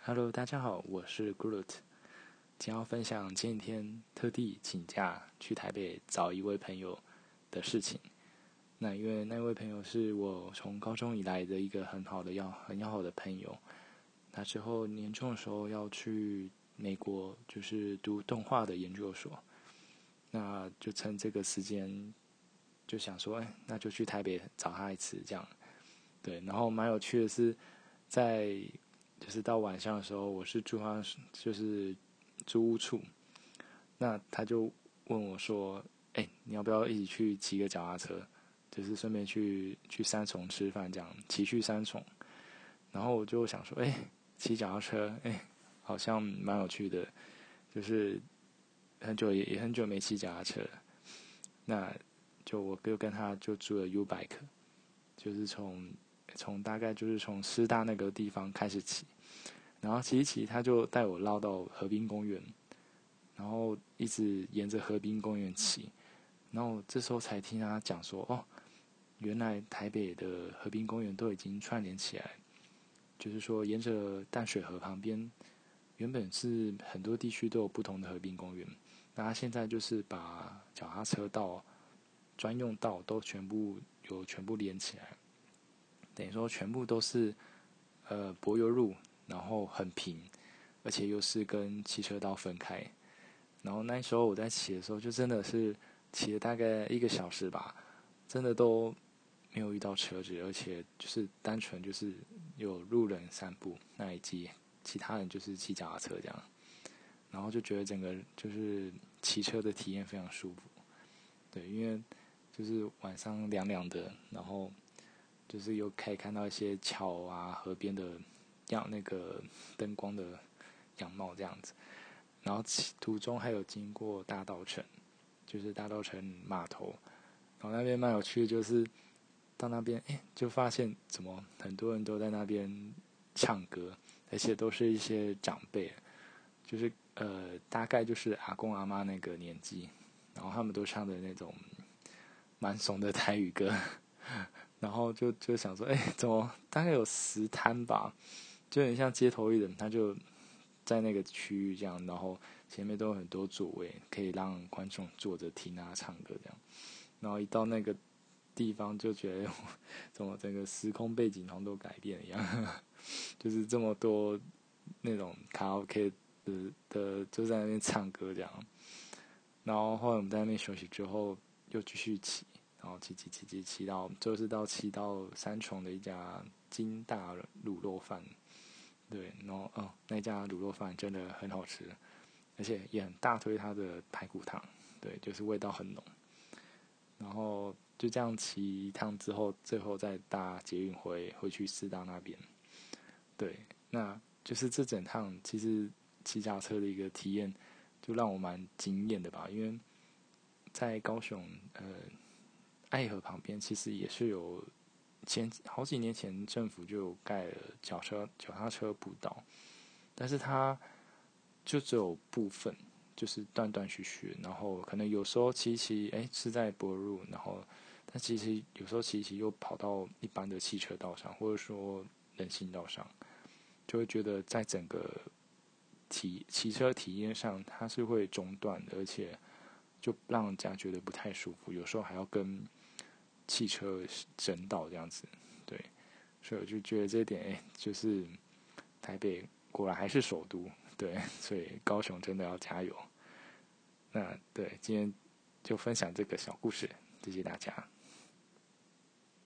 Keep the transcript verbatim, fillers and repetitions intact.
Hello，大家好，我是 Groot，今天要分享前几天特地请假去台北找一位朋友的事情。那因为那位朋友是我从高中以来的一个很好的要很要好的朋友，那之后年终的时候要去美国，就是读动画的研究所，那就趁这个时间就想说，哎，那就去台北找他一次，这样。对，然后蛮有趣的是，在就是到晚上的时候，我是住他就是租屋处，那他就问我说：“哎，你要不要一起去骑个脚踏车？就是顺便去去三重吃饭，这样骑去三重。”然后我就想说：“哎，骑脚踏车，哎，好像蛮有趣的，就是很久也也很久没骑脚踏车了。”那就我就跟他就租了 U bike， 就是从从大概就是从师大那个地方开始骑。然后骑一骑，他就带我绕到河滨公园，然后一直沿着河滨公园骑。然后这时候才听他讲说，哦，原来台北的河滨公园都已经串联起来，就是说沿着淡水河旁边，原本是很多地区都有不同的河滨公园，那他现在就是把脚踏车道、专用道都全部有全部连起来，等于说全部都是呃柏油路。然后很平，而且又是跟汽车道分开。然后那时候我在骑的时候，就真的是骑了大概一个小时吧，真的都没有遇到车子，而且就是单纯就是有路人散步，那以及其他人就是骑脚踏车这样。然后就觉得整个就是骑车的体验非常舒服。对，因为就是晚上凉凉的，然后就是又可以看到一些桥啊、河边的样那个灯光的样貌这样子，然后途中还有经过大稻埕，就是大稻埕码头，然后那边蛮有趣的，就是到那边哎，就发现怎么很多人都在那边唱歌，而且都是一些长辈，就是呃大概就是阿公阿妈那个年纪，然后他们都唱的那种蛮怂的台语歌，然后就就想说，哎，怎么大概有十摊吧。就很像街头艺人，他就在那个区域这样，然后前面都有很多座位，可以让观众坐着听啊唱歌这样。然后一到那个地方，就觉得怎么整个时空背景好像都改变一样，就是这么多那种卡拉 OK 的的就在那边唱歌这样。然后后来我们在那边休息之后，又继续骑，然后骑骑骑骑骑到就是到骑到三重的一家金大卤肉饭。对，然后哦，那家卤肉饭真的很好吃，而且也很大推它的排骨汤，对，就是味道很浓。然后就这样骑一趟之后，最后再搭捷运回回去师大那边。对，那就是这整趟其实骑脚车的一个体验，就让我蛮惊艳的吧，因为在高雄呃爱河旁边，其实也是有前好几年前政府就有盖了脚车脚踏车步道，但是它就只有部分，就是断断续续，然后可能有时候骑骑哎是在柏路，然后但其实有时候骑骑又跑到一般的汽车道上，或者说人行道上，就会觉得在整个体骑车体验上它是会中断的，而且就让人家觉得不太舒服，有时候还要跟汽车整道这样子，对，所以我就觉得这一点，哎，就是台北果然还是首都，对，所以高雄真的要加油。那对，今天就分享这个小故事，谢谢大家。